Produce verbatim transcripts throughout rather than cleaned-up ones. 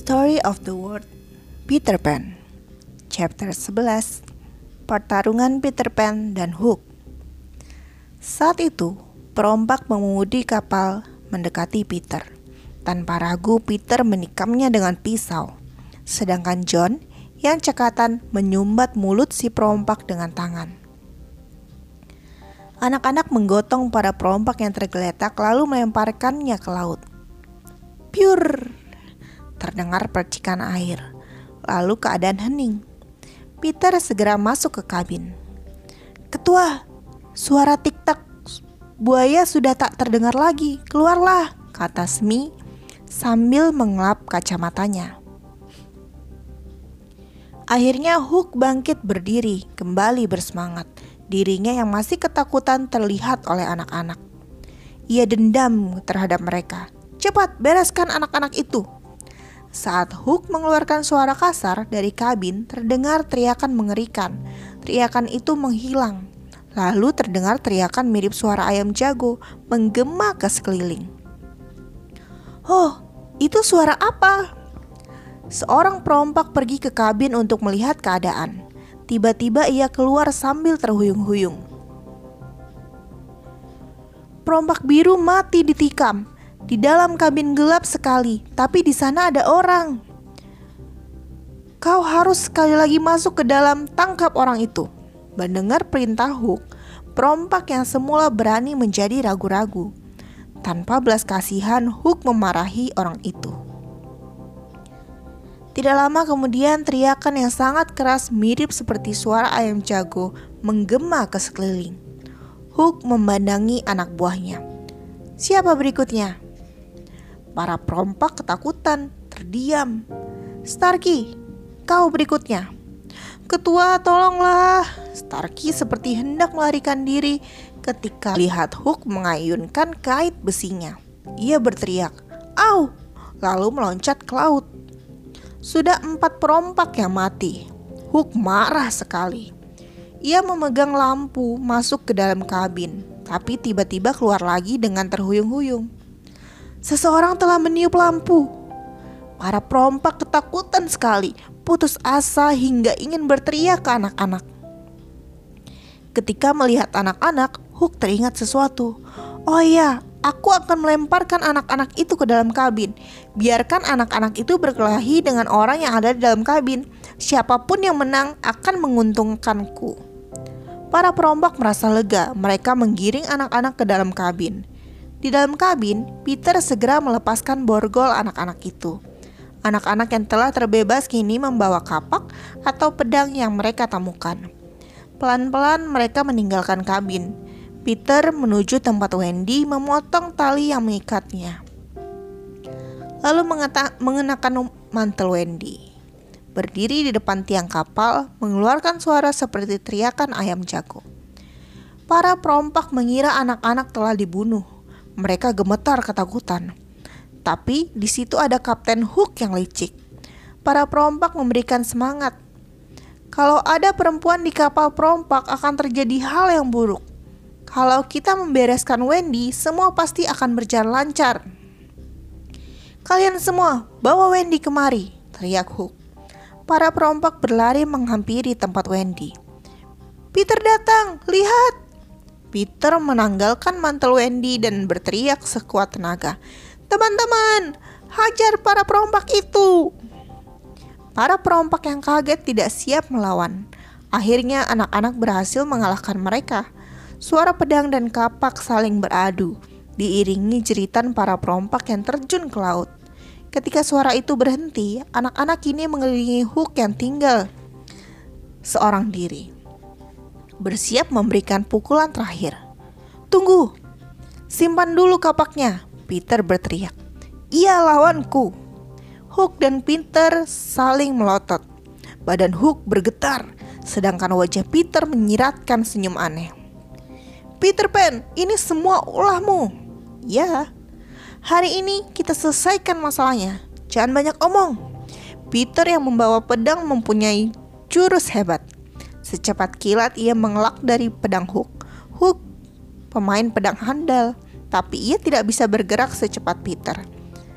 Story of the World, Peter Pan. Chapter sebelas, Pertarungan Peter Pan dan Hook. Saat itu, perompak mengemudi kapal mendekati Peter. Tanpa ragu, Peter menikamnya dengan pisau. Sedangkan John yang cekatan menyumbat mulut si perompak dengan tangan. Anak-anak menggotong para perompak yang tergeletak lalu melemparkannya ke laut. Piur! Terdengar percikan air. Lalu keadaan hening. Peter segera masuk ke kabin. Ketua, suara tik-tak buaya sudah tak terdengar lagi. Keluarlah, kata Smee sambil mengelap kacamatanya. Akhirnya Hook bangkit berdiri, kembali bersemangat. Dirinya yang masih ketakutan terlihat oleh anak-anak. Ia dendam terhadap mereka. Cepat, bereskan anak-anak itu. Saat Hook mengeluarkan suara kasar dari kabin, terdengar teriakan mengerikan. Teriakan itu menghilang. Lalu terdengar teriakan mirip suara ayam jago menggema ke sekeliling. Oh, itu suara apa? Seorang perompak pergi ke kabin untuk melihat keadaan. Tiba-tiba ia keluar sambil terhuyung-huyung. Perompak biru mati ditikam. Di dalam kabin gelap sekali, tapi di sana ada orang. Kau harus sekali lagi masuk ke dalam, tangkap orang itu. Mendengar perintah Hook, perompak yang semula berani menjadi ragu-ragu. Tanpa belas kasihan, Hook memarahi orang itu. Tidak lama kemudian, teriakan yang sangat keras mirip seperti suara ayam jago menggema ke sekeliling. Hook memandangi anak buahnya. Siapa berikutnya? Para perompak ketakutan, terdiam. Starkey, kau berikutnya. Ketua, tolonglah. Starkey seperti hendak melarikan diri ketika lihat Hook mengayunkan kait besinya. Ia berteriak, "Au!" lalu meloncat ke laut. Sudah empat perompak yang mati. Hook marah sekali. Ia memegang lampu masuk ke dalam kabin, tapi tiba-tiba keluar lagi dengan terhuyung-huyung. Seseorang telah meniup lampu. Para perompak ketakutan sekali, putus asa hingga ingin berteriak ke anak-anak. Ketika melihat anak-anak, Hook teringat sesuatu. Oh iya, aku akan melemparkan anak-anak itu ke dalam kabin. Biarkan anak-anak itu berkelahi dengan orang yang ada di dalam kabin. Siapapun yang menang akan menguntungkanku. Para perompak merasa lega. Mereka menggiring anak-anak ke dalam kabin. Di dalam kabin, Peter segera melepaskan borgol anak-anak itu. Anak-anak yang telah terbebas kini membawa kapak atau pedang yang mereka temukan. Pelan-pelan mereka meninggalkan kabin. Peter menuju tempat Wendy memotong tali yang mengikatnya. Lalu mengeta- mengenakan mantel Wendy. Berdiri di depan tiang kapal, mengeluarkan suara seperti teriakan ayam jago. Para perompak mengira anak-anak telah dibunuh. Mereka gemetar ketakutan. Tapi di situ ada Kapten Hook yang licik. Para perompak memberikan semangat. Kalau ada perempuan di kapal perompak akan terjadi hal yang buruk. Kalau kita membereskan Wendy, semua pasti akan berjalan lancar. Kalian semua, bawa Wendy kemari, teriak Hook. Para perompak berlari menghampiri tempat Wendy. Peter datang, lihat! Peter menanggalkan mantel Wendy dan berteriak sekuat tenaga. Teman-teman, hajar para perompak itu! Para perompak yang kaget tidak siap melawan. Akhirnya anak-anak berhasil mengalahkan mereka. Suara pedang dan kapak saling beradu, diiringi jeritan para perompak yang terjun ke laut. Ketika suara itu berhenti, anak-anak ini mengelilingi Hook yang tinggal seorang diri, bersiap memberikan pukulan terakhir. Tunggu, simpan dulu kapaknya, Peter berteriak. Ia lawanku. Hook dan Peter saling melotot. Badan Hook bergetar, sedangkan wajah Peter menyiratkan senyum aneh. Peter Pan, ini semua ulahmu. Ya, hari ini kita selesaikan masalahnya. Jangan banyak omong. Peter yang membawa pedang mempunyai jurus hebat. Secepat kilat ia mengelak dari pedang Hook. Hook, pemain pedang handal, tapi ia tidak bisa bergerak secepat Peter.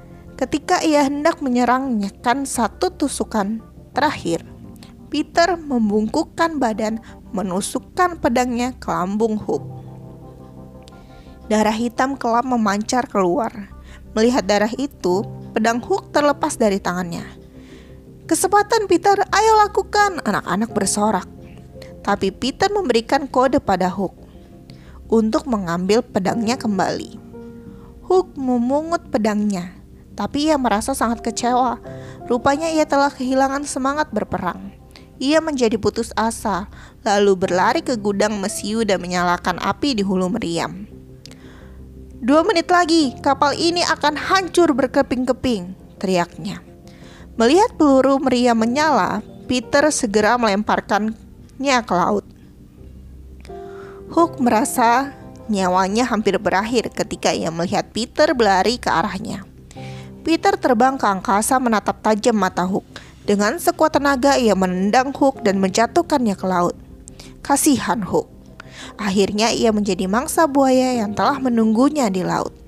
Ketika ia hendak menyerangnya kan satu tusukan terakhir, Peter membungkukkan badan, menusukkan pedangnya ke lambung Hook. Darah hitam kelap memancar keluar. Melihat darah itu, pedang Hook terlepas dari tangannya. "Kesempatan, Peter, ayo lakukan!" anak-anak bersorak. Tapi Peter memberikan kode pada Hook untuk mengambil pedangnya kembali. Hook memungut pedangnya, tapi ia merasa sangat kecewa. Rupanya ia telah kehilangan semangat berperang. Ia menjadi putus asa, lalu berlari ke gudang mesiu dan menyalakan api di hulu meriam. "Dua menit lagi, kapal ini akan hancur berkeping-keping," teriaknya. Melihat peluru meriam menyala, Peter segera melemparkannya ke laut. Hook merasa nyawanya hampir berakhir ketika ia melihat Peter berlari ke arahnya. Peter terbang ke angkasa menatap tajam mata Hook. Dengan sekuat tenaga ia menendang Hook dan menjatuhkannya ke laut. Kasihan Hook. Akhirnya ia menjadi mangsa buaya yang telah menunggunya di laut.